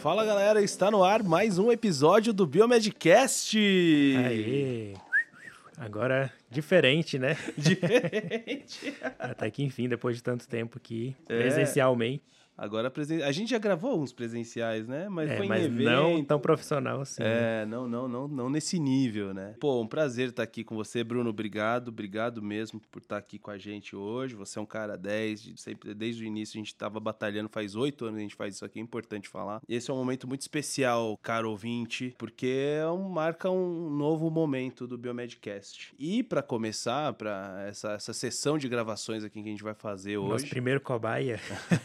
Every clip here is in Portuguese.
Fala galera, está no ar mais um episódio do Biomedcast! Aê! Agora diferente, né? Diferente! Até que enfim, depois de tanto tempo aqui, presencialmente. Agora a gente já gravou uns presenciais, né? Mas foi em Mas evento. não tão profissional assim. Não nesse nível, né? Pô, um prazer estar aqui com você, Bruno. Obrigado mesmo por estar aqui com a gente hoje. Você é um cara 10, sempre, desde o início a gente estava batalhando, faz 8 anos que a gente faz isso aqui, é importante falar. Esse é um momento muito especial, caro ouvinte, porque marca um novo momento do Biomedcast. E para começar, para essa sessão de gravações aqui que a gente vai fazer hoje... Nosso primeiro cobaia.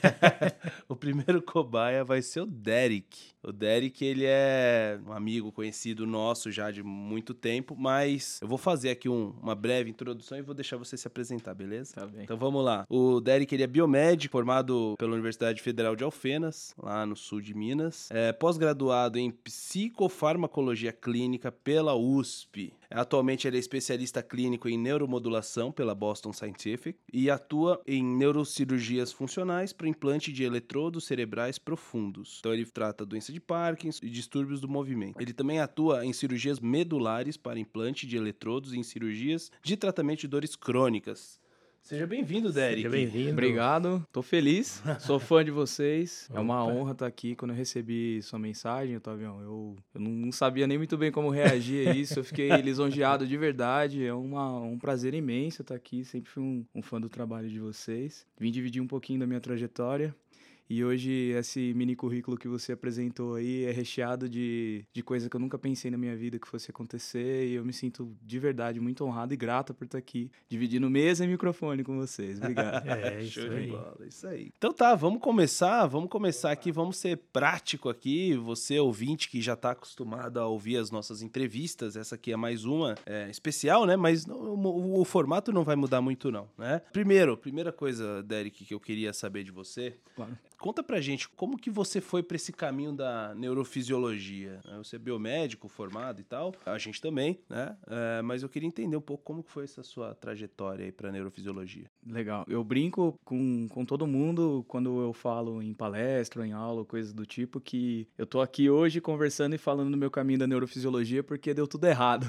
O primeiro cobaia vai ser o Derek. O Derek, ele é um amigo conhecido nosso já de muito tempo, mas eu vou fazer aqui uma breve introdução e vou deixar você se apresentar, beleza? Tá bem. Então vamos lá. O Derek, ele é biomédico, formado pela Universidade Federal de Alfenas, lá no sul de Minas. É pós-graduado em psicofarmacologia clínica pela USP. Atualmente ele é especialista clínico em neuromodulação pela Boston Scientific e atua em neurocirurgias funcionais para implante de eletrodos cerebrais profundos. Então ele trata doença de Parkinson e distúrbios do movimento. Ele também atua em cirurgias medulares para implante de eletrodos e em cirurgias de tratamento de dores crônicas. Seja bem-vindo, Derek. Seja bem-vindo. Obrigado, tô feliz, sou fã de vocês. É uma honra estar aqui. Quando eu recebi sua mensagem, Otavião, eu não sabia nem muito bem como reagir a isso. Eu fiquei lisonjeado de verdade. É um prazer imenso estar aqui. Sempre fui um fã do trabalho de vocês. Vim dividir um pouquinho da minha trajetória. E hoje esse mini currículo que você apresentou aí é recheado de coisa que eu nunca pensei na minha vida que fosse acontecer. E eu me sinto de verdade muito honrado e grato por estar aqui dividindo mesa e microfone com vocês. Obrigado. Isso Show aí. de bola, isso aí. Então tá, vamos começar aqui, vamos ser prático aqui. Você, ouvinte, que já tá acostumado a ouvir as nossas entrevistas, essa aqui é mais uma especial, né? Mas o formato não vai mudar muito não, né? Primeira coisa, Derek, que eu queria saber de você... Claro. Conta pra gente, como que você foi pra esse caminho da neurofisiologia? Você é biomédico formado e tal, a gente também, né? Mas eu queria entender um pouco como que foi essa sua trajetória aí pra neurofisiologia. Legal. Eu brinco com todo mundo quando eu falo em palestra, em aula, coisas do tipo, que eu tô aqui hoje conversando e falando do meu caminho da neurofisiologia porque deu tudo errado.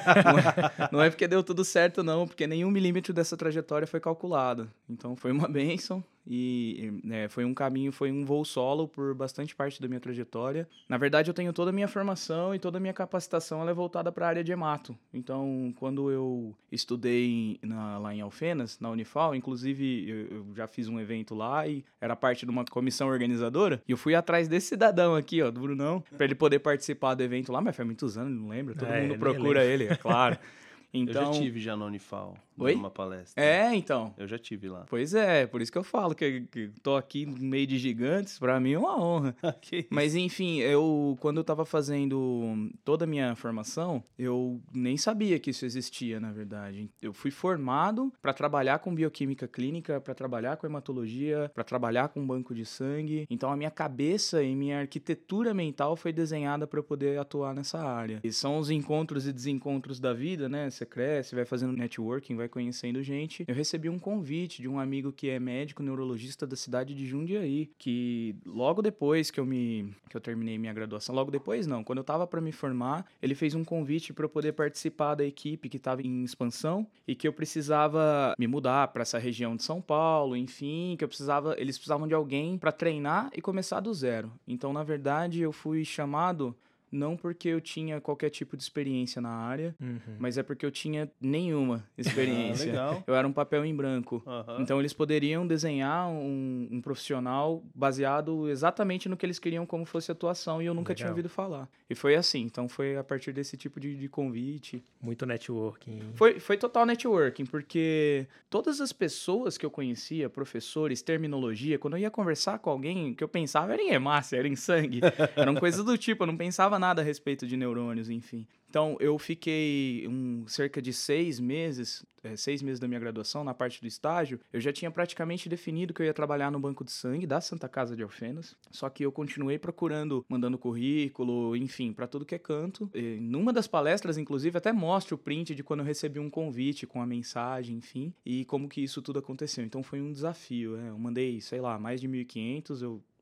Não é porque deu tudo certo, não, porque nenhum milímetro dessa trajetória foi calculado. Então foi uma bênção. E foi um caminho, foi um voo solo por bastante parte da minha trajetória. Na verdade, eu tenho toda a minha formação e toda a minha capacitação ela é voltada para a área de hemato. Então, quando eu estudei lá em Alfenas, na Unifal, inclusive eu já fiz um evento lá e era parte de uma comissão organizadora, e eu fui atrás desse cidadão aqui, ó, do Brunão, para ele poder participar do evento lá, mas faz muitos anos, não lembro, todo mundo procura ele, é claro. Então... Eu já tive já na Unifal, numa palestra. Então. Eu já tive lá. Pois é, por isso que eu falo que tô aqui no meio de gigantes, pra mim é uma honra. Mas enfim, quando eu tava fazendo toda a minha formação, eu nem sabia que isso existia, na verdade. Eu fui formado pra trabalhar com bioquímica clínica, pra trabalhar com hematologia, pra trabalhar com banco de sangue. Então a minha cabeça e minha arquitetura mental foi desenhada pra eu poder atuar nessa área. E são os encontros e desencontros da vida, né? Você cresce, vai fazendo networking, vai conhecendo gente. Eu recebi um convite de um amigo que é médico neurologista da cidade de Jundiaí, que logo depois que eu terminei minha graduação, logo depois não, quando eu tava para me formar, ele fez um convite para eu poder participar da equipe que tava em expansão e que eu precisava me mudar para essa região de São Paulo, enfim, que eles precisavam de alguém para treinar e começar do zero. Então, na verdade, eu fui chamado não porque eu tinha qualquer tipo de experiência na área, mas é porque eu tinha nenhuma experiência. Legal. Eu era um papel em branco. Então, eles poderiam desenhar um profissional baseado exatamente no que eles queriam como fosse atuação, e eu nunca tinha ouvido falar. E foi assim. Então, foi a partir desse tipo de convite. Muito networking. Foi total networking, porque todas as pessoas que eu conhecia, professores, terminologia, quando eu ia conversar com alguém, o que eu pensava era em hemácia, era em sangue. Eram coisas do tipo, eu não pensava nada a respeito de neurônios, enfim. Então, eu fiquei cerca de 6 meses da minha graduação, na parte do estágio, eu já tinha praticamente definido que eu ia trabalhar no banco de sangue da Santa Casa de Alfenas, só que eu continuei procurando, mandando currículo, enfim, para tudo que é canto. E numa das palestras, inclusive, até mostro o print de quando eu recebi um convite com a mensagem, enfim, e como que isso tudo aconteceu. Então, foi um desafio, Eu mandei, sei lá, mais de 1.500, eu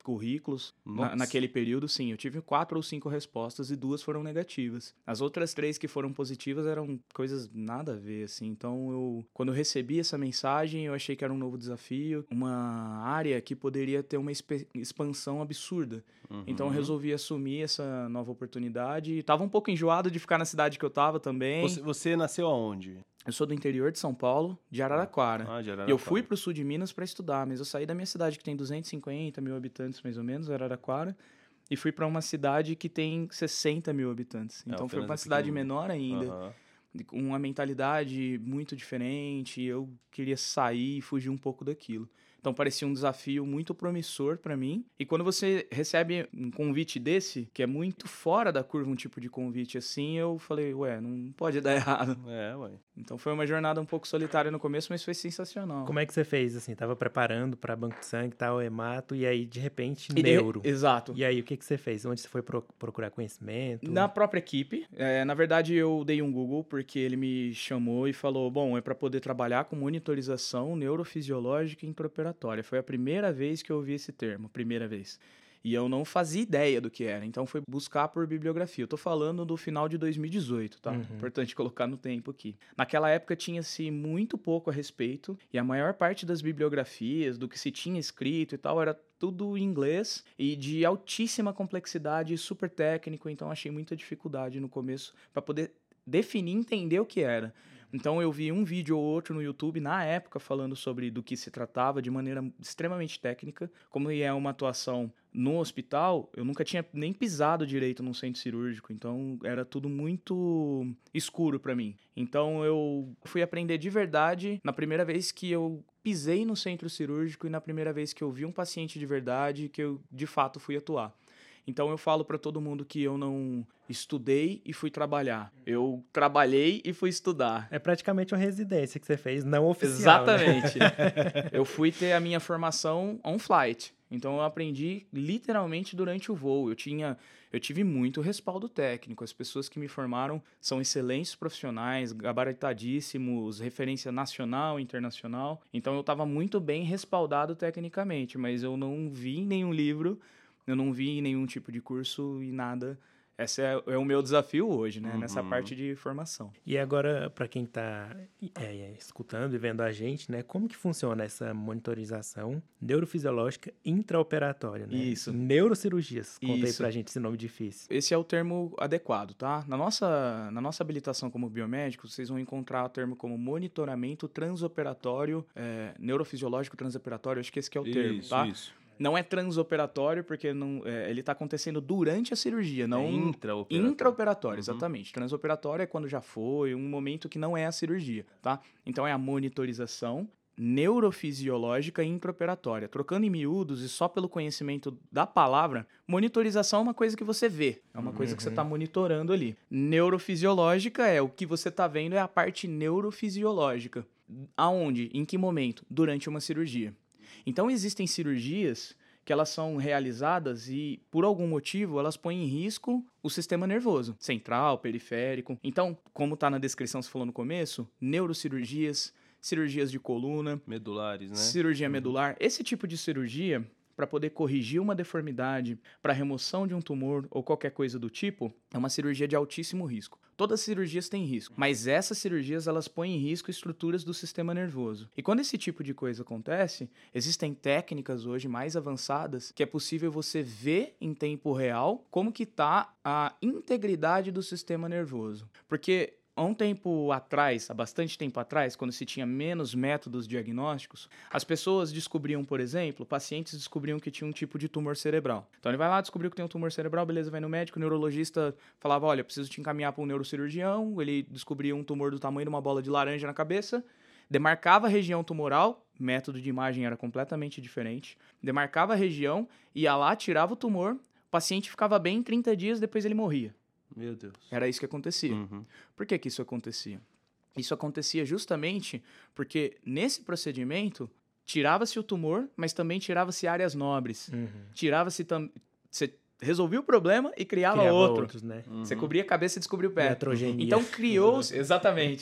currículos. Nossa. Naquele período, sim, eu tive 4 ou 5 respostas e 2 foram negativas. As outras 3 que foram positivas eram coisas nada a ver, assim. Então, quando eu recebi essa mensagem, eu achei que era um novo desafio, uma área que poderia ter uma expansão absurda. Então, eu resolvi assumir essa nova oportunidade. Estava um pouco enjoado de ficar na cidade que eu estava também. Você nasceu aonde? Eu sou do interior de São Paulo, de Araraquara. De Araraquara. E eu fui pro sul de Minas para estudar, mas eu saí da minha cidade, que tem 250 mil habitantes, mais ou menos, Araraquara, e fui para uma cidade que tem 60 mil habitantes. Então, foi uma cidade menor ainda, com uma mentalidade muito diferente. Eu queria sair e fugir um pouco daquilo. Então, parecia um desafio muito promissor para mim. E quando você recebe um convite desse, que é muito fora da curva, um tipo de convite assim, eu falei, não pode dar errado. Então, foi uma jornada um pouco solitária no começo, mas foi sensacional. Como é que você fez, assim? Tava preparando para banco de sangue, tal, hemato, e aí, de repente, neuro. Exato. E aí, o que você fez? Onde você foi procurar conhecimento? Na própria equipe. Na verdade, eu dei um Google, porque ele me chamou e falou, bom, é para poder trabalhar com monitorização neurofisiológica e intraoperatória. Foi a primeira vez que eu ouvi esse termo, primeira vez. E eu não fazia ideia do que era, então fui buscar por bibliografia. Eu tô falando do final de 2018, tá? Importante colocar no tempo aqui. Naquela época tinha-se muito pouco a respeito, e a maior parte das bibliografias, do que se tinha escrito e tal, era tudo em inglês e de altíssima complexidade, super técnico, então achei muita dificuldade no começo para poder definir, entender o que era. Então eu vi um vídeo ou outro no YouTube, na época, falando sobre do que se tratava de maneira extremamente técnica. Como é uma atuação no hospital, eu nunca tinha nem pisado direito num centro cirúrgico, então era tudo muito escuro para mim. Então eu fui aprender de verdade na primeira vez que eu pisei no centro cirúrgico e na primeira vez que eu vi um paciente de verdade, que eu de fato fui atuar. Então eu falo para todo mundo que eu não estudei e fui trabalhar. Eu trabalhei e fui estudar. É praticamente uma residência que você fez, não oficial. Exatamente. Né? Eu fui ter a minha formação on flight. Então eu aprendi literalmente durante o voo. Eu tive muito respaldo técnico. As pessoas que me formaram são excelentes profissionais, gabaritadíssimos, referência nacional e internacional. Então eu estava muito bem respaldado tecnicamente, mas eu não vi em nenhum livro. Eu não vi nenhum tipo de curso e nada. Esse é o meu desafio hoje, né? Nessa parte de formação. E agora, para quem está escutando e vendo a gente, né? Como que funciona essa monitorização neurofisiológica intraoperatória, né? Isso. Neurocirurgias. Conta aí pra gente esse nome difícil. Esse é o termo adequado, tá? Na nossa habilitação como biomédico, vocês vão encontrar o termo como monitoramento transoperatório, neurofisiológico transoperatório. Acho que esse que é o termo, tá? Isso. Não é transoperatório, porque ele está acontecendo durante a cirurgia, não intraoperatório. Exatamente. Transoperatório é quando já foi, um momento que não é a cirurgia, tá? Então é a monitorização neurofisiológica e intraoperatória. Trocando em miúdos e só pelo conhecimento da palavra, monitorização é uma coisa que você vê, é uma coisa que você está monitorando ali. Neurofisiológica é o que você está vendo, é a parte neurofisiológica. Aonde? Em que momento? Durante uma cirurgia. Então, existem cirurgias que elas são realizadas e, por algum motivo, elas põem em risco o sistema nervoso, central, periférico. Então, como está na descrição, você falou no começo, neurocirurgias, cirurgias de coluna, medulares, né? Cirurgia medular. Esse tipo de cirurgia, para poder corrigir uma deformidade, para remoção de um tumor ou qualquer coisa do tipo, é uma cirurgia de altíssimo risco. Todas as cirurgias têm risco, mas essas cirurgias elas põem em risco estruturas do sistema nervoso. E quando esse tipo de coisa acontece, existem técnicas hoje mais avançadas que é possível você ver em tempo real como que está a integridade do sistema nervoso. Porque há um tempo atrás, há bastante tempo atrás, quando se tinha menos métodos diagnósticos, as pessoas descobriam, por exemplo, pacientes descobriam que tinha um tipo de tumor cerebral. Então ele vai lá, descobriu que tem um tumor cerebral, beleza, vai no médico, o neurologista falava, olha, preciso te encaminhar para um neurocirurgião, ele descobria um tumor do tamanho de uma bola de laranja na cabeça, demarcava a região tumoral, método de imagem era completamente diferente, demarcava a região, ia lá, tirava o tumor, o paciente ficava bem em 30 dias, depois ele morria. Meu Deus. Era isso que acontecia. Por que isso acontecia? Isso acontecia justamente porque nesse procedimento tirava-se o tumor, mas também tirava-se áreas nobres. Tirava-se você resolvia o problema e criava outro. Outros, né? Você cobria a cabeça e descobriu o pé. Iatrogenia. Então criou-se... Exatamente.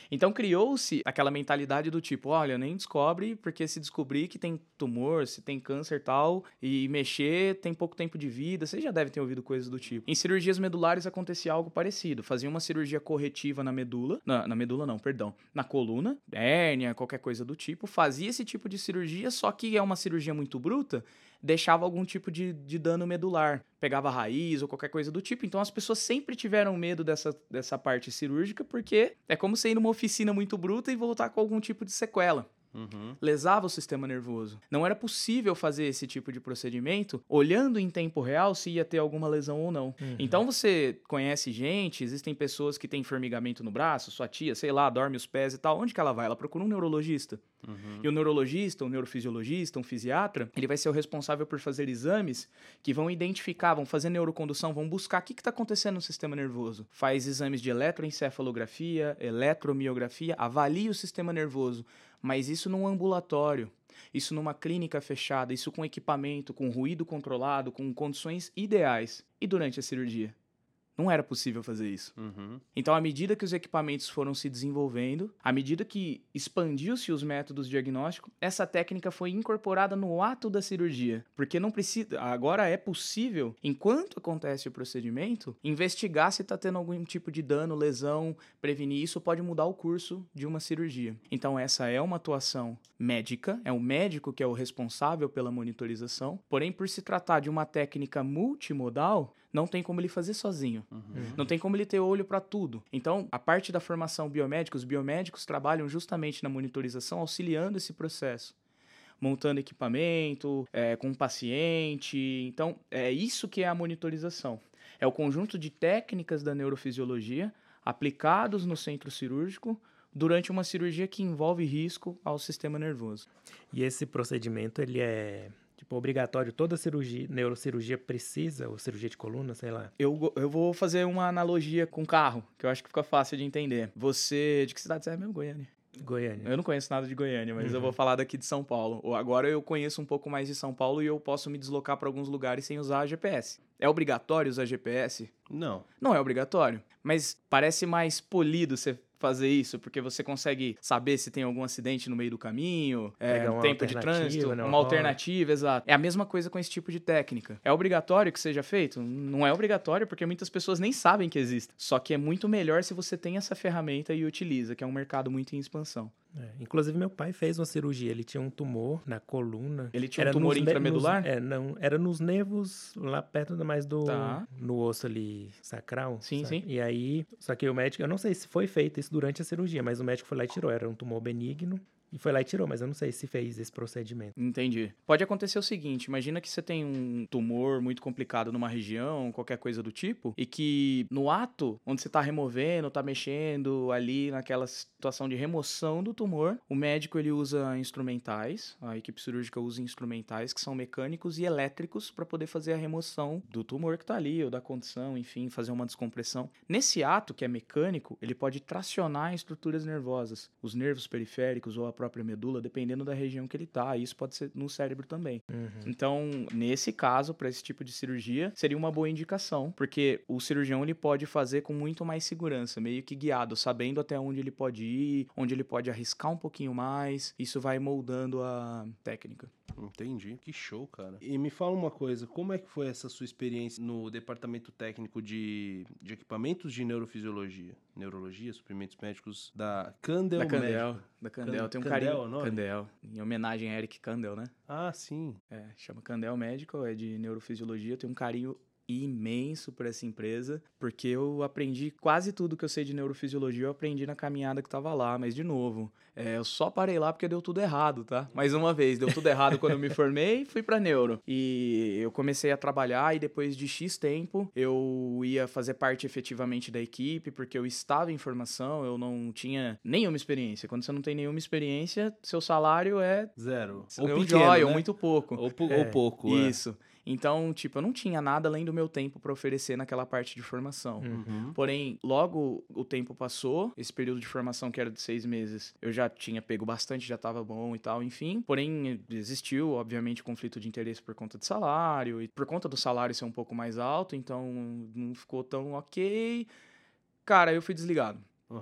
Então criou-se aquela mentalidade do tipo, olha, nem descobre, porque se descobrir que tem tumor, se tem câncer e tal, e mexer, tem pouco tempo de vida. Você já deve ter ouvido coisas do tipo. Em cirurgias medulares acontecia algo parecido. Fazia uma cirurgia corretiva na medula, na medula não, perdão, na coluna, hérnia, qualquer coisa do tipo. Fazia esse tipo de cirurgia, só que é uma cirurgia muito bruta, deixava algum tipo de dano medular, pegava raiz ou qualquer coisa do tipo. Então as pessoas sempre tiveram medo dessa parte cirúrgica, porque é como você ir numa oficina muito bruta e voltar com algum tipo de sequela. Lesava o sistema nervoso. Não era possível fazer esse tipo de procedimento olhando em tempo real se ia ter alguma lesão ou não. Então você conhece gente, existem pessoas que têm formigamento no braço, sua tia, sei lá, dorme os pés e tal. Onde que ela vai? Ela procura um neurologista. E o neurologista, um neurofisiologista, um fisiatra, ele vai ser o responsável por fazer exames que vão identificar, vão fazer neurocondução, vão buscar o que está acontecendo no sistema nervoso. Faz exames de eletroencefalografia, eletromiografia, avalia o sistema nervoso. Mas isso num ambulatório, isso numa clínica fechada, isso com equipamento, com ruído controlado, com condições ideais. E durante a cirurgia? Não era possível fazer isso. Então, à medida que os equipamentos foram se desenvolvendo, à medida que expandiu-se os métodos diagnósticos, essa técnica foi incorporada no ato da cirurgia. Porque não precisa. Agora é possível, enquanto acontece o procedimento, investigar se está tendo algum tipo de dano, lesão, prevenir. Isso pode mudar o curso de uma cirurgia. Então, essa é uma atuação médica, é o médico que é o responsável pela monitorização. Porém, por se tratar de uma técnica multimodal, não tem como ele fazer sozinho. Não tem como ele ter olho para tudo. Então, a parte da formação biomédica, os biomédicos trabalham justamente na monitorização, auxiliando esse processo. Montando equipamento, com o paciente. Então, é isso que é a monitorização. É o conjunto de técnicas da neurofisiologia aplicados no centro cirúrgico durante uma cirurgia que envolve risco ao sistema nervoso. E esse procedimento, ele é... tipo, obrigatório, toda cirurgia, neurocirurgia precisa, ou cirurgia de coluna, sei lá. Eu vou fazer uma analogia com carro, que eu acho que fica fácil de entender. Você... De que cidade você é mesmo? Goiânia? Goiânia. Eu não conheço nada de Goiânia, mas eu vou falar daqui de São Paulo. Agora eu conheço um pouco mais de São Paulo e eu posso me deslocar para alguns lugares sem usar GPS. É obrigatório usar GPS? Não. Não é obrigatório, mas parece mais polido você fazer isso, porque você consegue saber se tem algum acidente no meio do caminho, tempo de trânsito, uma alternativa, exato. É a mesma coisa com esse tipo de técnica. É obrigatório que seja feito? Não é obrigatório, porque muitas pessoas nem sabem que existe. Só que é muito melhor se você tem essa ferramenta e utiliza, que é um mercado muito em expansão. Inclusive, meu pai fez uma cirurgia. Ele tinha um tumor na coluna. Ele tinha um tumor intramedular? Não. Era nos nervos, lá perto mais do... no osso ali, sacral. Sim, sabe? sim. E aí... Só que o médico... Eu não sei se foi feito isso durante a cirurgia, mas o médico foi lá e tirou. Era um tumor benigno. E foi lá e tirou, mas eu não sei se fez esse procedimento. Entendi. Pode acontecer o seguinte, imagina que você tem um tumor muito complicado numa região, qualquer coisa do tipo, e que no ato, onde você tá removendo, tá mexendo ali naquela situação de remoção do tumor, o médico ele usa instrumentais, a equipe cirúrgica usa instrumentais que são mecânicos e elétricos para poder fazer a remoção do tumor que tá ali, ou da condição, enfim, fazer uma descompressão. Nesse ato, que é mecânico, ele pode tracionar estruturas nervosas, os nervos periféricos ou a própria medula, dependendo da região que ele tá. Isso pode ser no cérebro também. Então, nesse caso, para esse tipo de cirurgia, seria uma boa indicação, porque o cirurgião ele pode fazer com muito mais segurança, meio que guiado, sabendo até onde ele pode ir, onde ele pode arriscar um pouquinho mais. Isso vai moldando a técnica. Entendi. Que show, cara. E me fala uma coisa, como é que foi essa sua experiência no departamento técnico de equipamentos de neurofisiologia? Neurologia, suprimentos médicos da Candel Médico. Da Candel. Tem um Candel, carinho. é o nome? Candel. Em homenagem a Eric Kandel, né? Ah, sim. Chama Candel Medical, é de neurofisiologia. Tem um carinho imenso por essa empresa, porque eu aprendi quase tudo que eu sei de neurofisiologia, eu aprendi na caminhada que tava lá, mas de novo, eu só parei lá porque deu tudo errado, tá? Mais uma vez, deu tudo errado quando eu me formei e fui pra neuro. E eu comecei a trabalhar e depois de X tempo, eu ia fazer parte efetivamente da equipe, porque eu estava em formação, eu não tinha nenhuma experiência. Quando você não tem nenhuma experiência, seu salário é... Zero. Ou pequeno, né? ou muito pouco. Ou pouco, Isso. Então, tipo, eu não tinha nada além do meu tempo para oferecer naquela parte de formação. Porém, logo o tempo passou, esse período de formação que era de 6 meses, eu já tinha pego bastante, já tava bom e tal, enfim. Porém, existiu, obviamente, conflito de interesse por conta de salário, e por conta do salário ser um pouco mais alto, então não ficou tão ok. Cara, eu fui desligado.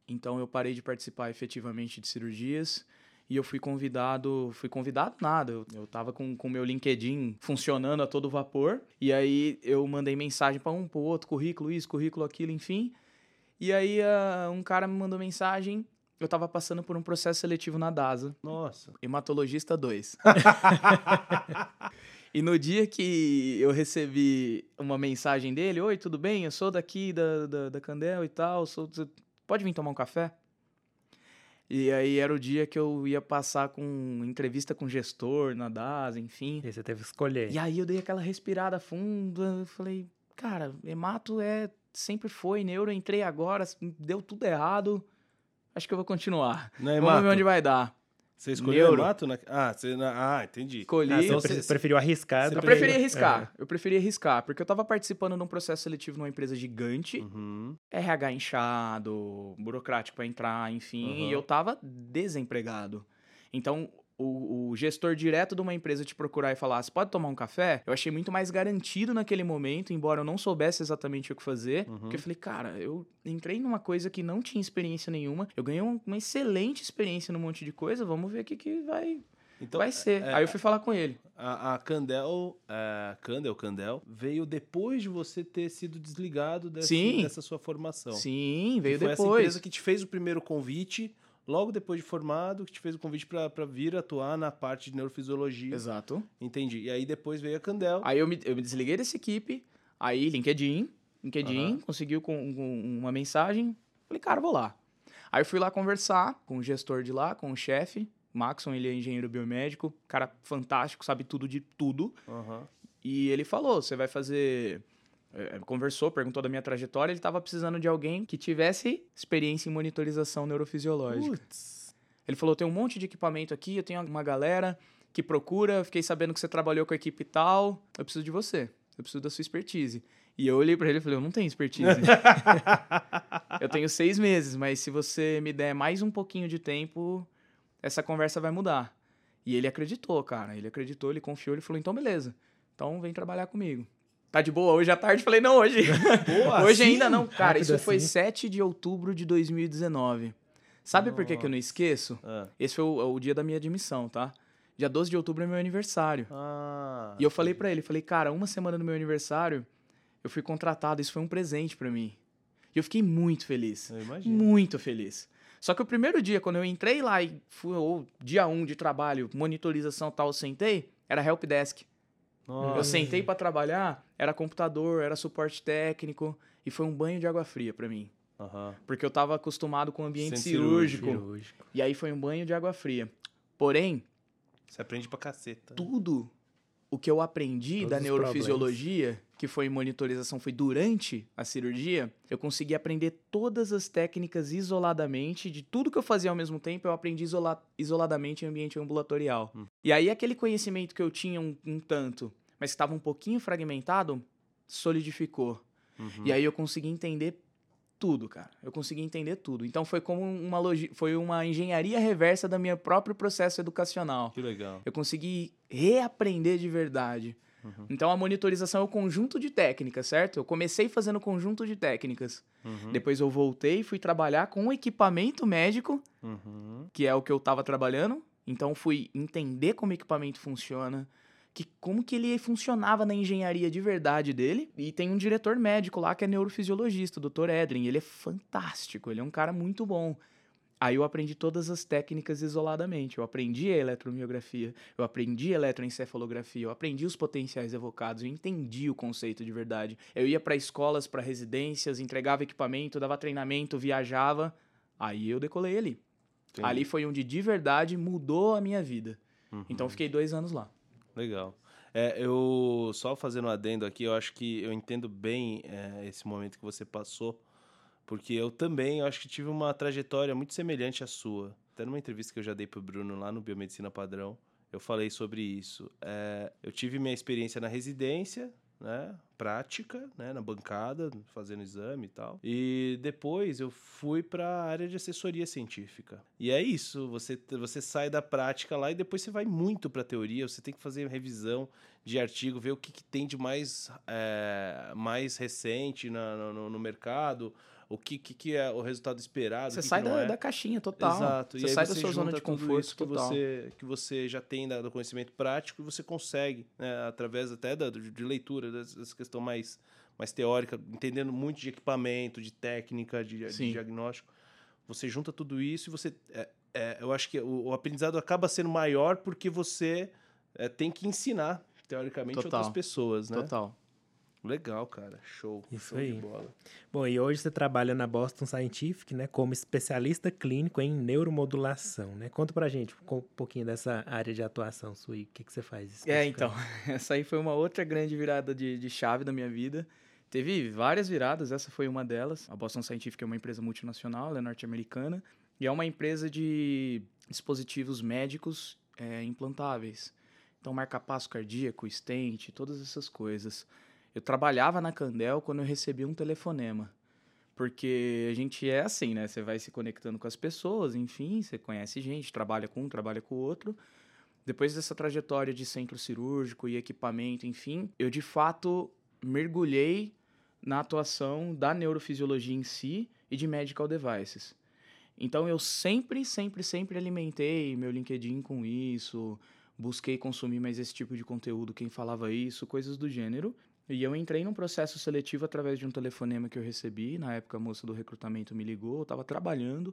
Então eu parei de participar efetivamente de cirurgias e eu fui convidado nada, eu tava com o meu LinkedIn funcionando a todo vapor, e aí eu mandei mensagem para um, pro outro, currículo isso, currículo aquilo, enfim. E aí um cara me mandou mensagem, eu tava passando por um processo seletivo na DASA. Nossa. Hematologista 2. E no dia que eu recebi uma mensagem dele, oi, tudo bem? Eu sou daqui da Candel e tal, pode vir tomar um café? E aí era o dia que eu ia passar com entrevista com gestor na DASA, enfim. E aí você teve que escolher. E aí eu dei aquela respirada funda, falei, cara, hemato sempre foi, neuro, entrei agora, deu tudo errado, acho que eu vou continuar. Não é Vamos ver hemato? onde vai dar. Você escolheu Neuro. hemato? Entendi. Escolhi. Ah, então você preferiu arriscar. você Eu do preferi que- arriscar. Eu preferi arriscar, porque eu tava participando de um processo seletivo numa empresa gigante, Uhum. RH inchado, burocrático pra entrar, enfim, Uhum. e eu tava desempregado. Então, o gestor direto de uma empresa te procurar e falar, você pode tomar um café? Eu achei muito mais garantido naquele momento, embora eu não soubesse exatamente o que fazer, porque eu falei, cara, eu entrei numa coisa que não tinha experiência nenhuma, eu ganhei uma excelente experiência num monte de coisa, vamos ver o que vai ser. Aí eu fui falar com ele. A Candel veio depois de você ter sido desligado Sim. dessa sua formação. Sim, Que veio foi essa depois. empresa que te fez o primeiro convite, logo depois de formado, que te fez o convite para vir atuar na parte de neurofisiologia. Exato. Entendi. E aí depois veio a Candel. Aí eu me desliguei dessa equipe, aí LinkedIn, Aham. conseguiu com uma mensagem, falei, cara, vou lá. Aí eu fui lá conversar com o gestor de lá, com o chefe, Maxon, ele é engenheiro biomédico, cara fantástico, sabe tudo de tudo. Aham. E ele falou, você vai fazer... Conversou, perguntou da minha trajetória, ele estava precisando de alguém que tivesse experiência em monitorização neurofisiológica. Putz. Ele falou, tem um monte de equipamento aqui, eu tenho uma galera que procura, fiquei sabendo que você trabalhou com a equipe e tal, eu preciso de você, eu preciso da sua expertise. E eu olhei pra ele e falei, eu não tenho expertise. Eu tenho 6 meses, mas se você me der mais um pouquinho de tempo, essa conversa vai mudar. E ele acreditou, cara, ele confiou, ele falou, então beleza, então vem trabalhar comigo. Tá de boa hoje à tarde? Falei, não, hoje. Pô, Hoje assim? ainda não. Cara, Rápido isso foi assim? 7 de outubro de 2019. Sabe por que eu não Nossa. esqueço? Ah. Esse foi o dia da minha admissão, tá? Dia 12 de outubro é meu aniversário. E eu falei pra ele, cara, uma semana do meu aniversário, eu fui contratado, isso foi um presente pra mim. E eu fiquei muito feliz. Eu imagino. Muito feliz. Só que o primeiro dia, quando eu entrei lá e fui, dia 1 de trabalho, monitorização e tal, eu sentei, era helpdesk. Nossa. Eu sentei pra trabalhar, era computador, era suporte técnico, e foi um banho de água fria pra mim. Aham. Porque eu tava acostumado com o ambiente Centro cirúrgico. Cirúrgico. E aí foi um banho de água fria. Porém, Você aprende pra caceta. tudo o que eu aprendi Todos da os neurofisiologia, que foi em monitorização, foi durante a cirurgia, eu consegui aprender todas as técnicas isoladamente, de tudo que eu fazia ao mesmo tempo, eu aprendi isoladamente em ambiente ambulatorial. E aí aquele conhecimento que eu tinha um tanto, mas que estava um pouquinho fragmentado, solidificou. Uhum. E aí eu consegui entender tudo, cara. Eu consegui entender tudo. Então foi como foi uma engenharia reversa do meu próprio processo educacional. Que legal. Eu consegui reaprender de verdade. Então a monitorização é o conjunto de técnicas, certo? Eu comecei fazendo conjunto de técnicas. Depois eu voltei e fui trabalhar com equipamento médico, que é o que eu estava trabalhando. Então fui entender como o equipamento funciona, como que ele funcionava na engenharia de verdade dele. E tem um diretor médico lá que é neurofisiologista, o Dr. Edrin. Ele é fantástico, ele é um cara muito bom. Aí eu aprendi todas as técnicas isoladamente. Eu aprendi a eletromiografia, eu aprendi a eletroencefalografia, eu aprendi os potenciais evocados, eu entendi o conceito de verdade. Eu ia para escolas, para residências, entregava equipamento, dava treinamento, viajava. Aí eu decolei ali. Entendi. Ali foi onde de verdade mudou a minha vida. Então eu fiquei 2 anos lá. Legal. Eu só fazendo um adendo aqui, eu acho que eu entendo bem esse momento que você passou, porque eu também acho que tive uma trajetória muito semelhante à sua. Até numa entrevista que eu já dei pro Bruno lá no Biomedicina Padrão, eu falei sobre isso. Eu tive minha experiência na residência, né, prática, né, na bancada, fazendo exame e tal. E depois eu fui para a área de assessoria científica. E é isso, você sai da prática lá e depois você vai muito para a teoria, você tem que fazer revisão de artigo, ver o que tem de mais recente no mercado, o que é o resultado esperado. Você o que sai que não é. da caixinha total. Exato. Você E aí sai você da sua zona junta de tudo conforto isso total. que você já tem do conhecimento prático e você consegue, né, através até de leitura, dessa questão mais teórica, entendendo muito de equipamento, de técnica, de diagnóstico. Você junta tudo isso e você... eu acho que o aprendizado acaba sendo maior porque você tem que ensinar, teoricamente, outras pessoas, né? Total. Legal, cara. Show. Isso Show aí. de bola. Bom, e hoje você trabalha na Boston Scientific, né, como especialista clínico em neuromodulação, né? Conta pra gente um pouquinho dessa área de atuação sua e o que você faz. Então, essa aí foi uma outra grande virada de chave da minha vida. Teve várias viradas, essa foi uma delas. A Boston Scientific é uma empresa multinacional, ela é norte-americana, e é uma empresa de dispositivos médicos implantáveis. Então, marca-passo cardíaco, stent, todas essas coisas. Eu trabalhava na Candel quando eu recebi um telefonema. Porque a gente é assim, né? Você vai se conectando com as pessoas, enfim, você conhece gente, trabalha com um, trabalha com o outro. Depois dessa trajetória de centro cirúrgico e equipamento, enfim, eu de fato mergulhei na atuação da neurofisiologia em si e de medical devices. Então eu sempre alimentei meu LinkedIn com isso, busquei consumir mais esse tipo de conteúdo, quem falava isso, coisas do gênero. E eu entrei num processo seletivo através de um telefonema que eu recebi. Na época, a moça do recrutamento me ligou, eu estava trabalhando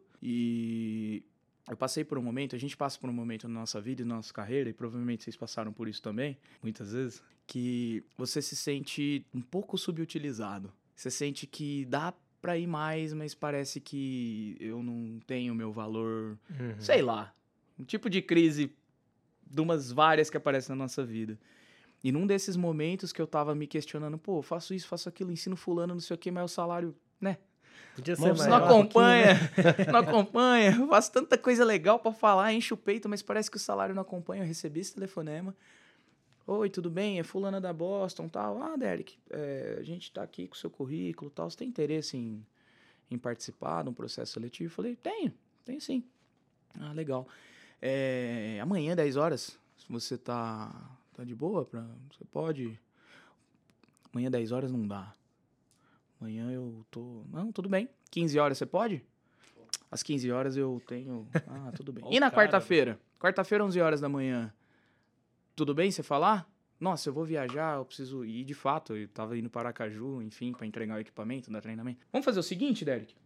e eu passei por um momento, a gente passa por um momento na nossa vida e na nossa carreira, e provavelmente vocês passaram por isso também, muitas vezes, que você se sente um pouco subutilizado. Você sente que dá pra ir mais, mas parece que eu não tenho o meu valor, sei lá. Um tipo de crise de umas várias que aparecem na nossa vida. E num desses momentos que eu tava me questionando, pô, faço isso, faço aquilo, ensino fulano, não sei o quê, mas o salário, né? Podia ser Não acompanha, não acompanha. Eu faço tanta coisa legal pra falar, enche o peito, mas parece que o salário não acompanha. Eu recebi esse telefonema. Oi, tudo bem? É fulana da Boston, tal. Ah, Derek, a gente tá aqui com o seu currículo, tal. Você tem interesse em participar de um processo seletivo? Eu falei, tenho sim. Ah, legal. Amanhã, 10 horas, se você tá de boa, você pode... Amanhã, 10 horas, não dá. Amanhã eu tô... Não, tudo bem. 15 horas, você pode? Às 15 horas eu tenho... Ah, tudo bem. E na quarta-feira? Quarta-feira, 11 horas da manhã. Tudo bem você falar? Nossa, eu vou viajar, eu preciso ir. De fato, eu tava indo para Aracaju, enfim, para entregar o equipamento, dar treinamento. Vamos fazer o seguinte, Derek?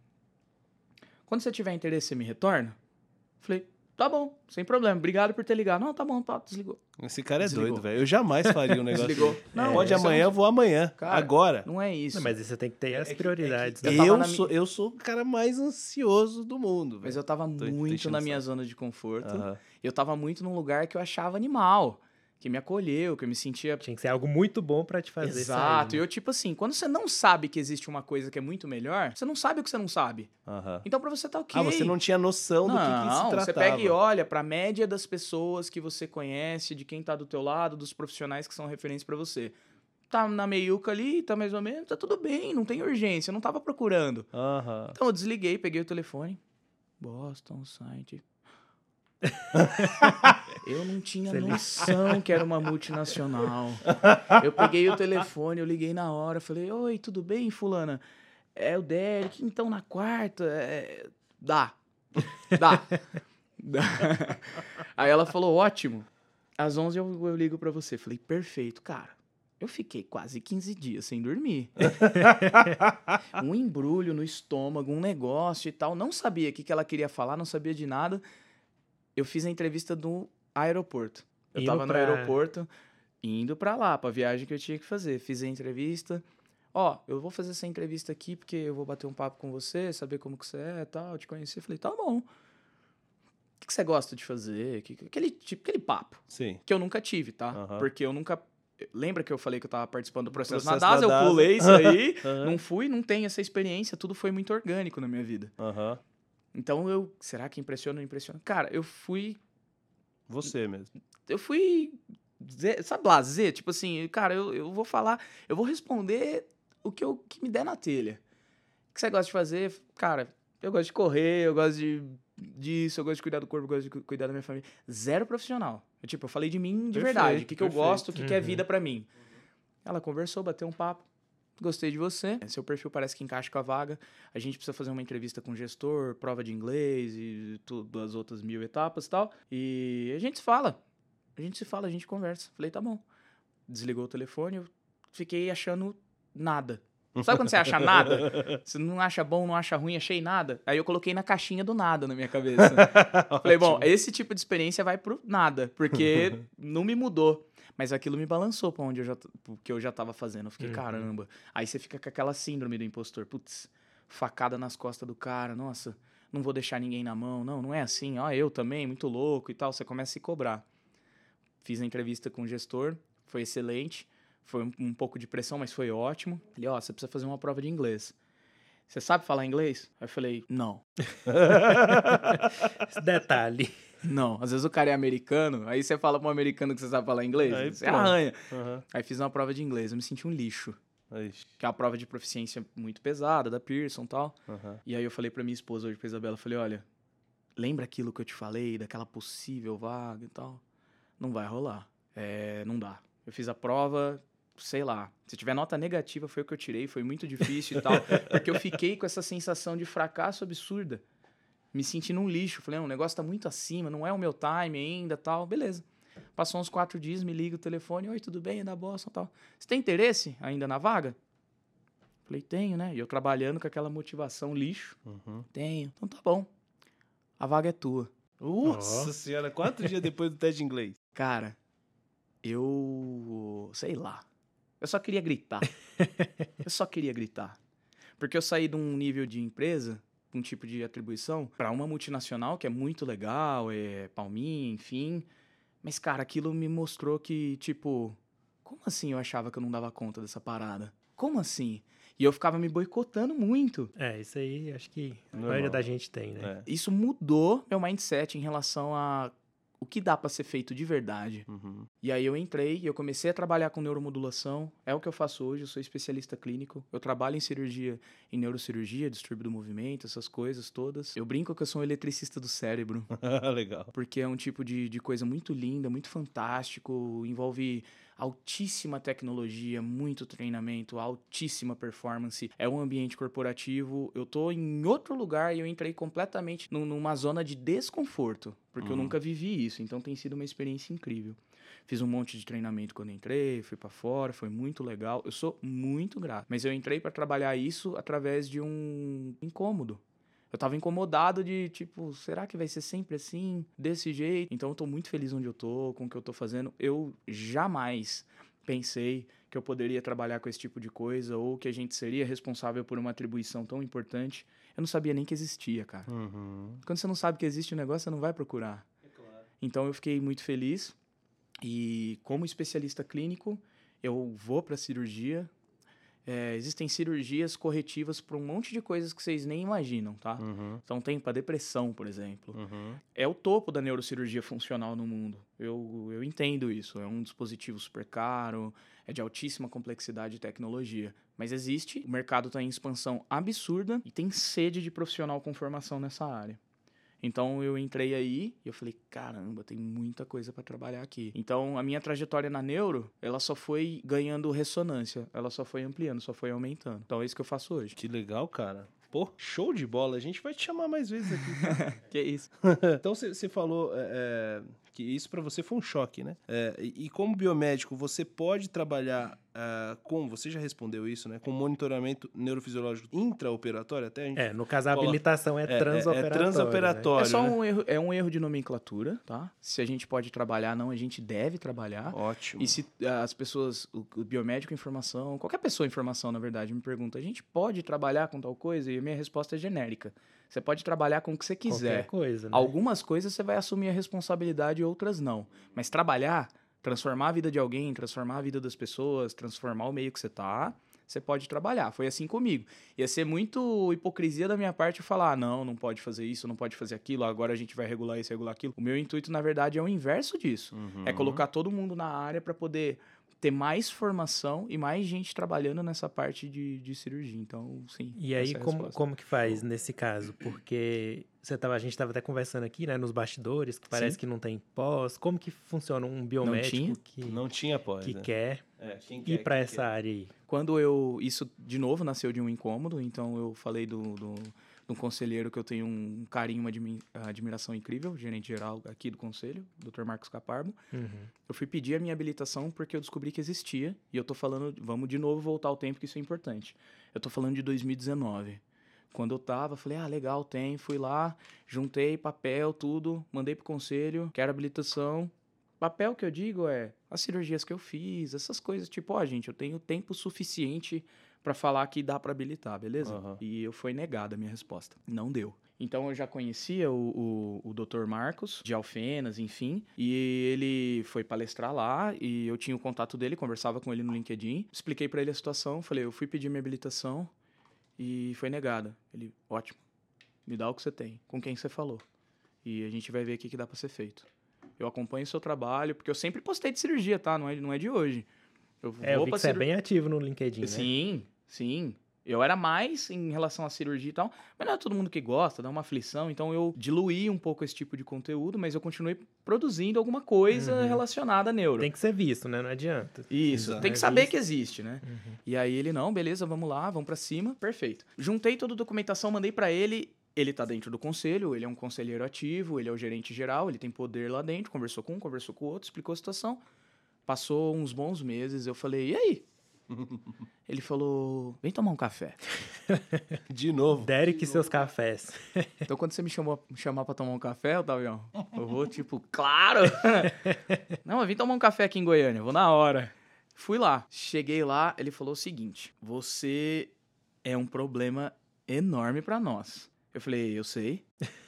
Quando você tiver interesse, você me retorna? Falei, tá bom, sem problema. Obrigado por ter ligado. Não, tá bom, desligou. Esse cara é doido, velho. Eu jamais faria um negócio Desligou. assim. Não, pode amanhã, eu vou amanhã. Cara, agora. Não é isso. Não, mas você tem que ter as prioridades. eu né? tava Eu sou o cara mais ansioso do mundo. Mas velho. eu tava muito na minha zona de conforto. Eu tava muito num lugar que eu achava animal. Que me acolheu, que eu me sentia... Tinha que ser algo muito bom pra te fazer Exato. sair, E eu, tipo assim, quando você não sabe que existe uma coisa que é muito melhor, você não sabe o que você não sabe. Então pra você tá ok. Ah, você não tinha noção do que se tratava. Você pega e olha pra média das pessoas que você conhece, de quem tá do teu lado, dos profissionais que são referência pra você. Tá na meiuca ali, tá mais ou menos, tá tudo bem, não tem urgência, eu não tava procurando. Então eu desliguei, peguei o telefone. Boston Scientific. Eu não tinha noção que era uma multinacional. Eu peguei o telefone, eu liguei na hora, falei, oi, tudo bem, fulana? É o Derek, então na quarta, dá. Aí ela falou, ótimo, às 11 eu ligo pra você. Falei, perfeito, cara. Eu fiquei quase 15 dias sem dormir. Um embrulho no estômago, um negócio e tal. Não sabia o que ela queria falar, não sabia de nada. Eu fiz a entrevista no aeroporto. Eu tava no aeroporto, indo pra lá, pra viagem que eu tinha que fazer. Fiz a entrevista. Eu vou fazer essa entrevista aqui porque eu vou bater um papo com você, saber como que você é e tal, te conhecer. Falei, tá bom. O que você gosta de fazer? Aquele papo. Sim. Que eu nunca tive, tá? Porque eu nunca... Lembra que eu falei que eu tava participando do processo na da DASA? Eu pulei isso aí, não fui, não tenho essa experiência. Tudo foi muito orgânico na minha vida. Então, será que impressiona ou não impressiona? Cara, eu fui... Você mesmo. Eu fui... Sabe lá, tipo assim, cara, eu vou falar... Eu vou responder o que me der na telha. O que você gosta de fazer? Cara, eu gosto de correr, eu gosto disso, eu gosto de cuidar do corpo, eu gosto de cuidar da minha família. Zero profissional. Eu falei de mim de verdade. O que eu gosto, o que é vida pra mim. Ela conversou, bateu um papo. gostei de você, seu perfil parece que encaixa com a vaga, a gente precisa fazer uma entrevista com o gestor, prova de inglês e tudo, as outras 1000 etapas e tal, e a gente se fala, a gente conversa. Falei, tá bom. Desligou o telefone, eu fiquei achando nada. Sabe quando você acha nada? Você não acha bom, não acha ruim, achei nada. Aí eu coloquei na caixinha do nada na minha cabeça. Falei, bom, esse tipo de experiência vai pro nada, porque não me mudou. Mas aquilo me balançou pra onde que eu já tava fazendo. Eu fiquei, caramba. Aí você fica com aquela síndrome do impostor. Putz, facada nas costas do cara. Nossa, não vou deixar ninguém na mão. Não é assim. Ó, eu também, muito louco e tal. Você começa a se cobrar. Fiz a entrevista com o gestor. Foi excelente. Foi um pouco de pressão, mas foi ótimo. Ele, você precisa fazer uma prova de inglês. Você sabe falar inglês? Aí eu falei, não. Esse detalhe. Não. Às vezes o cara é americano, aí você fala pra um americano que você sabe falar inglês, aí você arranha. Uhum. Aí fiz uma prova de inglês, eu me senti um lixo. Ixi. Que é uma prova de proficiência muito pesada, da Pearson e tal. Uhum. E aí eu falei pra minha esposa hoje, pra Isabela, eu falei, olha, lembra aquilo que eu te falei, daquela possível vaga e tal? Não vai rolar. Não dá. Eu fiz a prova, sei lá, se tiver nota negativa foi o que eu tirei, foi muito difícil e tal, porque eu fiquei com essa sensação de fracasso absurda, me sentindo um lixo, falei, o negócio tá muito acima, não é o meu time ainda, tal, beleza. Passou uns 4 dias, me liga o telefone, oi, tudo bem, é da Boston, tal. Você tem interesse ainda na vaga? Falei, tenho, né? E eu trabalhando com aquela motivação lixo, tenho, então tá bom, a vaga é tua. Nossa senhora, 4 dias depois do teste de inglês. Cara, sei lá. Eu só queria gritar. Porque eu saí de um nível de empresa, um tipo de atribuição, para uma multinacional que é muito legal, é palminha, enfim. Mas, cara, aquilo me mostrou que, tipo, como assim eu achava que eu não dava conta dessa parada? Como assim? E eu ficava me boicotando muito. Isso aí acho que a maioria da gente tem, né? Isso mudou meu mindset em relação a o que dá pra ser feito de verdade. E aí eu entrei e eu comecei a trabalhar com neuromodulação. É o que eu faço hoje, eu sou especialista clínico. Eu trabalho em cirurgia, em neurocirurgia, distúrbio do movimento, essas coisas todas. Eu brinco que eu sou um eletricista do cérebro. Legal. Porque é um tipo de coisa muito linda, muito fantástico, envolve altíssima tecnologia, muito treinamento, altíssima performance. É um ambiente corporativo. Eu tô em outro lugar e eu entrei completamente numa zona de desconforto, porque eu nunca vivi isso. Então tem sido uma experiência incrível. Fiz um monte de treinamento quando entrei, fui pra fora, foi muito legal. Eu sou muito grato. Mas eu entrei pra trabalhar isso através de um incômodo. Eu tava incomodado de, tipo, será que vai ser sempre assim, desse jeito? Então eu tô muito feliz onde eu tô, com o que eu tô fazendo. Eu jamais pensei que eu poderia trabalhar com esse tipo de coisa ou que a gente seria responsável por uma atribuição tão importante. Eu não sabia nem que existia, cara. Quando você não sabe que existe um negócio, você não vai procurar. Claro. Então eu fiquei muito feliz e como especialista clínico, eu vou pra cirurgia. Existem cirurgias corretivas para um monte de coisas que vocês nem imaginam, tá? Então tem para depressão, por exemplo. É o topo da neurocirurgia funcional no mundo. Eu entendo isso. É um dispositivo super caro, é de altíssima complexidade e tecnologia. Mas existe, o mercado está em expansão absurda e tem sede de profissional com formação nessa área. Então eu entrei aí e eu falei, caramba, tem muita coisa pra trabalhar aqui. Então a minha trajetória na neuro, ela só foi ganhando ressonância, ela só foi ampliando, só foi aumentando. Então é isso que eu faço hoje. Que legal, cara. Pô, show de bola. A gente vai te chamar mais vezes aqui. Cara. Que isso. Então você falou que isso pra você foi um choque, né? E como biomédico, você pode trabalhar você já respondeu isso, né? Com monitoramento neurofisiológico intraoperatório até? A gente no caso a habilitação é transoperatória. É transoperatório. Né? É só um erro de nomenclatura, tá? Se a gente pode trabalhar, não, a gente deve trabalhar. Ótimo. E se as pessoas, o biomédico em formação, qualquer pessoa em formação, na verdade, me pergunta, a gente pode trabalhar com tal coisa? E a minha resposta é genérica. Você pode trabalhar com o que você quiser. Qualquer coisa, né? Algumas coisas você vai assumir a responsabilidade e outras não. Mas trabalhar, transformar a vida de alguém, transformar a vida das pessoas, transformar o meio que você pode trabalhar. Foi assim comigo. Ia ser muito hipocrisia da minha parte falar, não pode fazer isso, não pode fazer aquilo, agora a gente vai regular isso, regular aquilo. O meu intuito, na verdade, é o inverso disso. É colocar todo mundo na área para poder ter mais formação e mais gente trabalhando nessa parte de cirurgia. Então, sim. E aí, essa é a resposta. como que faz nesse caso? Porque a gente estava até conversando aqui, né, nos bastidores, que parece Sim. que não tem pós. Como que funciona um biomédico Não tinha pós, que né? quer Quem ir para essa área aí? Isso, de novo, nasceu de um incômodo. Então, eu falei de um conselheiro que eu tenho um carinho, uma admiração incrível, gerente geral aqui do conselho, Dr. Marcos Caparbo. Eu fui pedir a minha habilitação porque eu descobri que existia. E eu tô falando, vamos de novo voltar ao tempo, que isso é importante. Eu tô falando de 2019. Quando eu tava, falei, legal, tem. Fui lá, juntei papel, tudo, mandei pro conselho, quero habilitação. Papel que eu digo é as cirurgias que eu fiz, essas coisas, tipo, gente, eu tenho tempo suficiente para falar que dá para habilitar, beleza? Uhum. E eu fui negada a minha resposta. Não deu. Então eu já conhecia o Dr. Marcos, de Alfenas, enfim, e ele foi palestrar lá e eu tinha o contato dele, conversava com ele no LinkedIn, expliquei para ele a situação, falei, eu fui pedir minha habilitação e foi negada. Ele, ótimo, me dá o que você tem, com quem você falou, e a gente vai ver o que dá para ser feito. Eu acompanho o seu trabalho, porque eu sempre postei de cirurgia, tá? Não é de hoje. Eu vi que você é bem ativo no LinkedIn, né? Sim. Eu era mais em relação à cirurgia e tal, mas não é todo mundo que gosta, dá uma aflição, então eu diluí um pouco esse tipo de conteúdo, mas eu continuei produzindo alguma coisa relacionada a neuro. Tem que ser visto, né? Não adianta. Isso, tem que saber que existe, né? E aí ele, não, beleza, vamos lá, vamos pra cima, perfeito. Juntei toda a documentação, mandei pra ele. Ele tá dentro do conselho, ele é um conselheiro ativo, ele é o gerente geral, ele tem poder lá dentro, conversou com um, conversou com o outro, explicou a situação. Passou uns bons meses, eu falei, e aí? Ele falou, vem tomar um café. De novo. Derek e seus cafés. Então, quando você me chamar pra tomar um café, Otavião, eu vou tipo, claro! Não, eu vim tomar um café aqui em Goiânia, eu vou na hora. Fui lá, cheguei lá, ele falou o seguinte, você é um problema enorme pra nós. Eu falei, eu sei.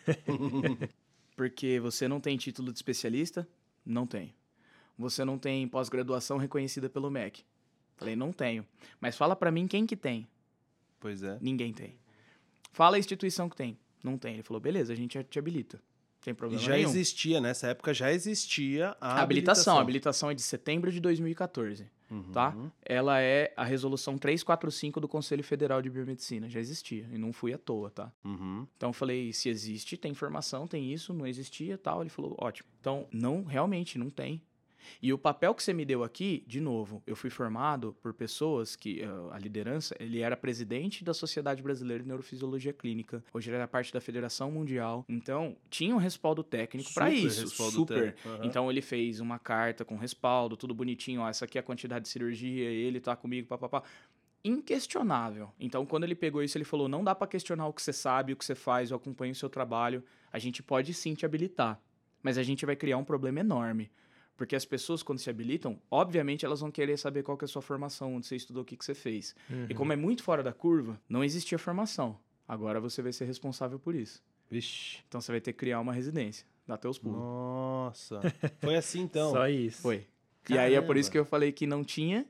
Porque você não tem título de especialista? Não tenho. Você não tem pós-graduação reconhecida pelo MEC? Falei, não tenho. Mas fala pra mim quem que tem. Pois é. Ninguém tem. Fala a instituição que tem. Não tem. Ele falou, beleza, a gente te habilita. Sem problema nenhum. nenhum. Existia, nessa época já existia a habilitação. A habilitação é de setembro de 2014. Tá? Ela é a resolução 345 do Conselho Federal de Biomedicina. Já existia. E não fui à toa, tá? Então eu falei, se existe, tem informação, tem isso, não existia, tal. Ele falou, ótimo. Então, não, realmente, não tem. E o papel que você me deu aqui, de novo, eu fui formado por pessoas que, a liderança, ele era presidente da Sociedade Brasileira de Neurofisiologia Clínica, hoje ele era parte da Federação Mundial, então tinha um respaldo técnico para isso, super. Então ele fez uma carta com respaldo, tudo bonitinho, ó, essa aqui é a quantidade de cirurgia, ele tá comigo, papapá. Inquestionável. Então, quando ele pegou isso, ele falou, não dá para questionar o que você sabe, o que você faz, eu acompanho o seu trabalho, a gente pode sim te habilitar, mas a gente vai criar um problema enorme. Porque as pessoas, quando se habilitam, obviamente elas vão querer saber qual que é a sua formação, onde você estudou, o que você fez. E como é muito fora da curva, não existia formação. Agora você vai ser responsável por isso. Vixe. Então você vai ter que criar uma residência, dar teus pulos. Nossa. Foi assim então? Só isso. Foi. Caramba. E aí é por isso que eu falei que não tinha.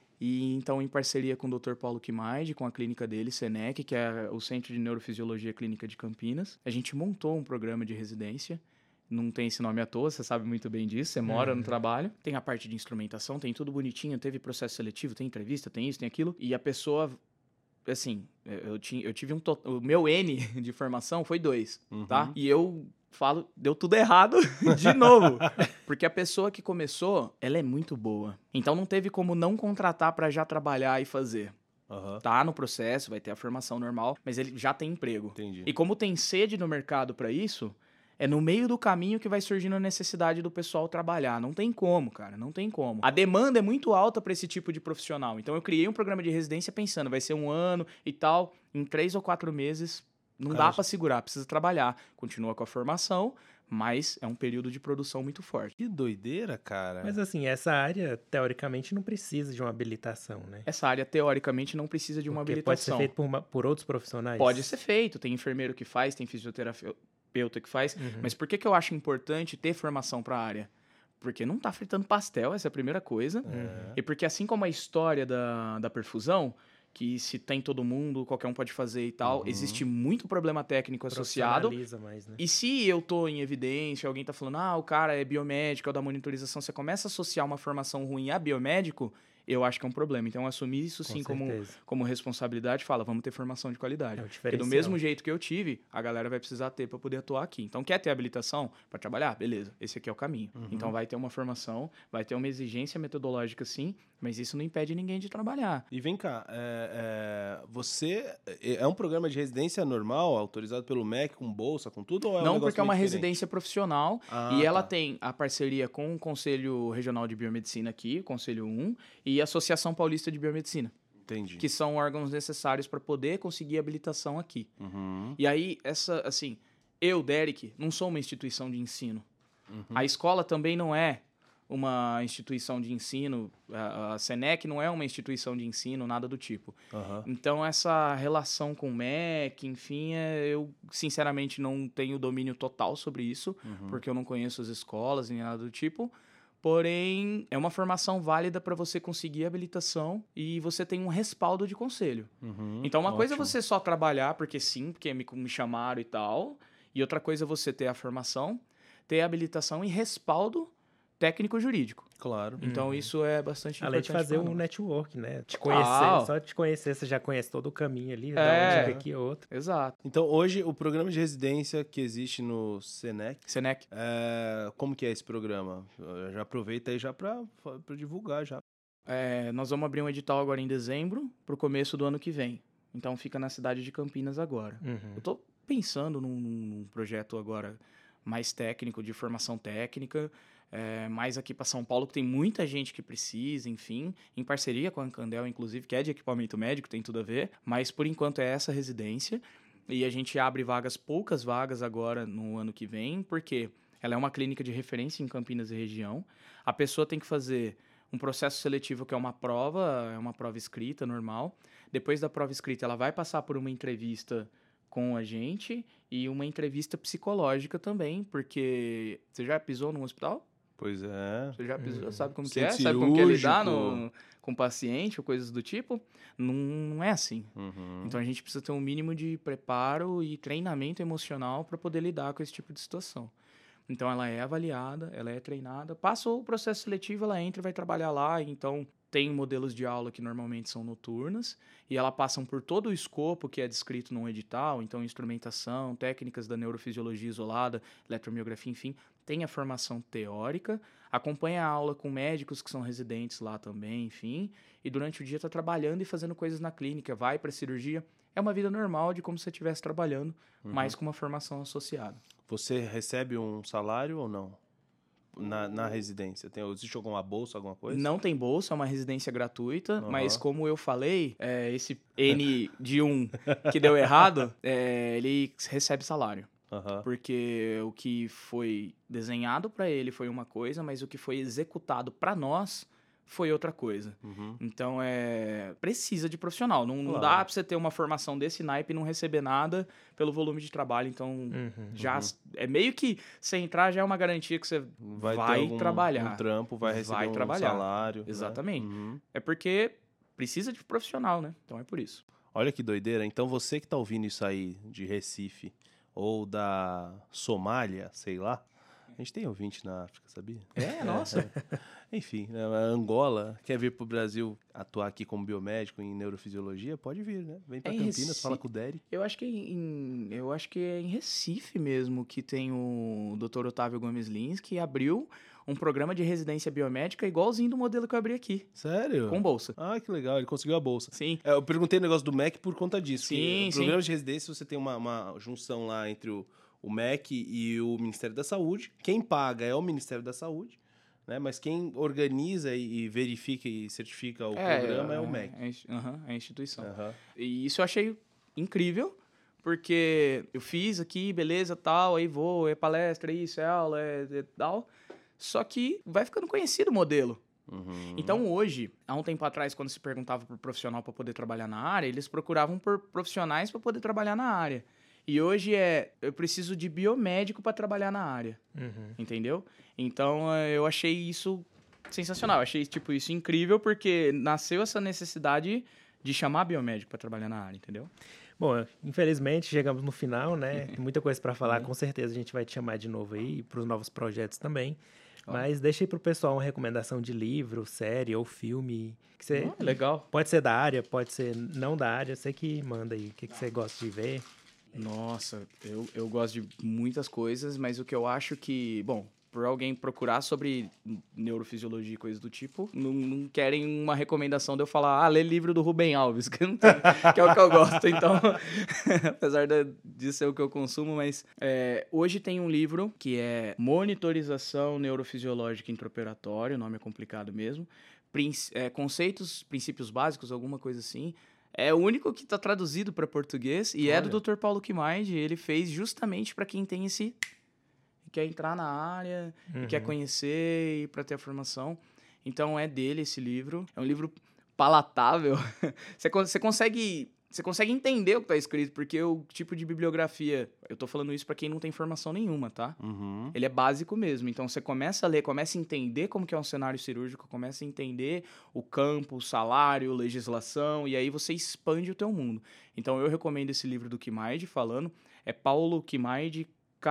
E então, em parceria com o Dr. Paulo Quimaide, com a clínica dele, SENEC, que é o Centro de Neurofisiologia Clínica de Campinas, a gente montou um programa de residência. Não tem esse nome à toa, você sabe muito bem disso, você mora no trabalho. Tem a parte de instrumentação, tem tudo bonitinho, teve processo seletivo, tem entrevista, tem isso, tem aquilo. E a pessoa, assim, eu tive o meu N de formação foi 2, tá? E eu falo, deu tudo errado de novo. Porque a pessoa que começou, ela é muito boa. Então não teve como não contratar pra já trabalhar e fazer. Tá no processo, vai ter a formação normal, mas ele já tem emprego. Entendi. E como tem sede no mercado pra isso... É no meio do caminho que vai surgindo a necessidade do pessoal trabalhar. Não tem como, cara, não tem como. A demanda é muito alta para esse tipo de profissional. Então eu criei um programa de residência pensando, vai ser 1 ano e tal. Em 3 ou 4 meses, não dá para segurar, precisa trabalhar. Continua com a formação, mas é um período de produção muito forte. Que doideira, cara. Mas assim, essa área, teoricamente, não precisa de uma habilitação, né? Essa área, teoricamente, não precisa de uma habilitação. Pode ser feito por outros profissionais? Pode ser feito. Tem enfermeiro que faz, tem fisioterapeuta que faz, mas por que eu acho importante ter formação para a área? Porque não tá fritando pastel, essa é a primeira coisa, e porque assim como a história da perfusão, que se tem todo mundo, qualquer um pode fazer e tal. Existe muito problema técnico associado. Profissionaliza mais, né? E se eu tô em evidência, alguém tá falando, o cara é biomédico, é o da monitorização, você começa a associar uma formação ruim a biomédico, eu acho que é um problema. Então, assumir isso sim como responsabilidade, fala, vamos ter formação de qualidade. É o Porque do mesmo jeito que eu tive, a galera vai precisar ter para poder atuar aqui. Então, quer ter habilitação para trabalhar? Beleza, esse aqui é o caminho. Então, vai ter uma formação, vai ter uma exigência metodológica sim, mas isso não impede ninguém de trabalhar. E vem cá, você é um programa de residência normal, autorizado pelo MEC, com bolsa, com tudo? Ou é Não, um porque é uma diferente? residência profissional e ela tem a parceria com o Conselho Regional de Biomedicina aqui, o Conselho 1, e a Associação Paulista de Biomedicina. Entendi. Que são órgãos necessários para poder conseguir habilitação aqui. E aí, eu, Derek, não sou uma instituição de ensino. A escola também não é uma instituição de ensino, a Senec não é uma instituição de ensino, nada do tipo. Então, essa relação com o MEC, enfim, eu sinceramente não tenho domínio total sobre isso, porque eu não conheço as escolas nem nada do tipo. Porém, é uma formação válida para você conseguir habilitação e você tem um respaldo de conselho. Então, uma coisa é você só trabalhar porque sim, porque me chamaram e tal. E outra coisa é você ter a formação, ter a habilitação e respaldo técnico-jurídico. Claro. Então, isso é bastante importante. Além de fazer um network, né? Te conhecer, só te conhecer, você já conhece todo o caminho ali, dá uma dica aqui e outra. Exato. Então, hoje, o programa de residência que existe no Senec, como que é esse programa? Já aproveita aí já para divulgar já. Nós vamos abrir um edital agora em dezembro, para o começo do ano que vem. Então, fica na cidade de Campinas agora. Eu tô pensando num projeto agora mais técnico, de formação técnica, mais aqui para São Paulo, que tem muita gente que precisa, enfim, em parceria com a Ancandel, inclusive, que é de equipamento médico, tem tudo a ver, mas por enquanto é essa residência, e a gente abre poucas vagas agora no ano que vem, porque ela é uma clínica de referência em Campinas e região, a pessoa tem que fazer um processo seletivo que é uma prova escrita normal, depois da prova escrita ela vai passar por uma entrevista com a gente e uma entrevista psicológica também, porque você já pisou num hospital? Pois é. Você já pisou, sabe como que Centro é? Sabe como que é lidar cirúrgico. com paciente ou coisas do tipo? Não é assim. Então a gente precisa ter um mínimo de preparo e treinamento emocional para poder lidar com esse tipo de situação. Então ela é avaliada, ela é treinada, passou o processo seletivo, ela entra e vai trabalhar lá, então tem modelos de aula que normalmente são noturnas e ela passam por todo o escopo que é descrito num edital, então instrumentação, técnicas da neurofisiologia isolada, eletromiografia, enfim, tem a formação teórica, acompanha a aula com médicos que são residentes lá também, enfim, e durante o dia está trabalhando e fazendo coisas na clínica, vai para cirurgia, é uma vida normal de como se você estivesse trabalhando, mas com uma formação associada. Você recebe um salário ou não? Na residência? Existe alguma bolsa, alguma coisa? Não tem bolsa, é uma residência gratuita, mas como eu falei, esse N de 1 que deu errado, ele recebe salário. Porque o que foi desenhado para ele foi uma coisa, mas o que foi executado para nós foi outra coisa. Então, precisa de profissional. Não dá pra você ter uma formação desse naipe e não receber nada pelo volume de trabalho. Então, já é meio que você entrar já é uma garantia que você vai trabalhar. Um trampo, vai receber um salário. Exatamente. Né? É porque precisa de profissional, né? Então, é por isso. Olha que doideira. Então, você que tá ouvindo isso aí de Recife ou da Somália, sei lá, a gente tem ouvinte na África, sabia? Nossa. Enfim, né? A Angola quer vir pro Brasil atuar aqui como biomédico em neurofisiologia? Pode vir, né? Vem pra Campinas, Recife. fala com o Derek. Eu acho que é em Recife mesmo que tem o Dr. Otávio Gomes Lins, que abriu um programa de residência biomédica igualzinho do modelo que eu abri aqui. Sério? Com bolsa. Ah, que legal, ele conseguiu a bolsa. Sim. Eu perguntei o negócio do MEC por conta disso. Sim, sim. Programa de residência, você tem uma junção lá entre o MEC e o Ministério da Saúde. Quem paga é o Ministério da Saúde, né? Mas quem organiza e verifica e certifica o programa é o MEC. É a instituição. E isso eu achei incrível, porque eu fiz aqui, beleza, tal, aí vou, é palestra, isso, é aula, é tal. Só que vai ficando conhecido o modelo. Então hoje, há um tempo atrás, quando se perguntava por profissional para poder trabalhar na área, eles procuravam por profissionais para poder trabalhar na área. E hoje eu preciso de biomédico para trabalhar na área, entendeu? Então eu achei isso sensacional, achei isso incrível, porque nasceu essa necessidade de chamar biomédico para trabalhar na área, entendeu? Bom, infelizmente chegamos no final, né? Tem muita coisa para falar, com certeza a gente vai te chamar de novo aí, para os novos projetos também. Mas deixa aí pro pessoal uma recomendação de livro, série ou filme. Que você, legal. Pode ser da área, pode ser não da área, você que manda aí. O que você gosta de ver? Nossa, eu gosto de muitas coisas, mas o que eu acho que, bom, por alguém procurar sobre neurofisiologia e coisas do tipo, não querem uma recomendação de eu falar, lê livro do Rubem Alves, que, não tem, que é o que eu gosto. Então, apesar de ser o que eu consumo, mas hoje tem um livro que é Monitorização Neurofisiológica Intraoperatória, o nome é complicado mesmo, conceitos, princípios básicos, alguma coisa assim. É o único que está traduzido para português e é do Dr. Paulo Kimaide. Ele fez justamente para quem tem quer entrar na área, e quer conhecer e para ter a formação. Então é dele esse livro. É um livro palatável. Você consegue entender o que está escrito, porque o tipo de bibliografia... Eu tô falando isso para quem não tem formação nenhuma, tá? Ele é básico mesmo. Então você começa a ler, começa a entender como que é um cenário cirúrgico, começa a entender o campo, o salário, legislação, e aí você expande o teu mundo. Então eu recomendo esse livro do Kimaide, falando. É Paulo Kimaide,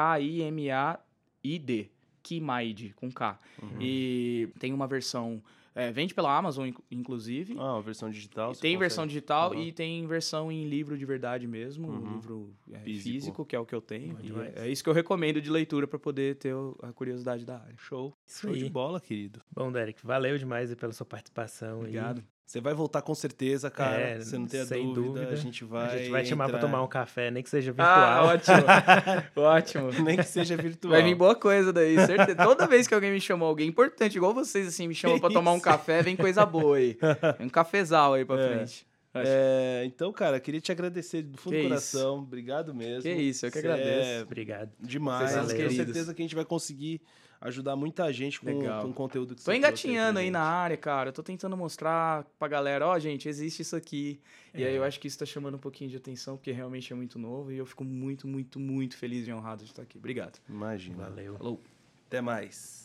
Kimaid, Kimaide, com K. E tem uma versão... vende pela Amazon, inclusive. Uma versão digital. Tem versão digital e tem versão em livro de verdade mesmo, livro físico, que é o que eu tenho. E é isso que eu recomendo de leitura para poder ter a curiosidade da área. Show de bola, querido. Bom, Derek, valeu demais aí pela sua participação. Obrigado. Aí. Você vai voltar com certeza, cara. Você não tem a dúvida. A gente vai te chamar para tomar um café, nem que seja virtual. Ótimo. Nem que seja virtual. Vai vir boa coisa daí, certeza. Toda vez que alguém me chamou, alguém importante, igual vocês, assim, me chamam para tomar um café, vem coisa boa aí. Um cafezal aí pra frente. Então, cara, queria te agradecer do fundo do coração. Obrigado mesmo. Que isso, eu que agradeço. Obrigado. Demais. Tenho certeza que a gente vai conseguir ajudar muita gente com o conteúdo que você Tô engatinhando aí na área, cara. Eu tô tentando mostrar pra galera, gente, existe isso aqui. E aí eu acho que isso tá chamando um pouquinho de atenção, porque realmente é muito novo. E eu fico muito, muito, muito feliz e honrado de estar aqui. Obrigado. Imagina. Valeu. Falou. Até mais.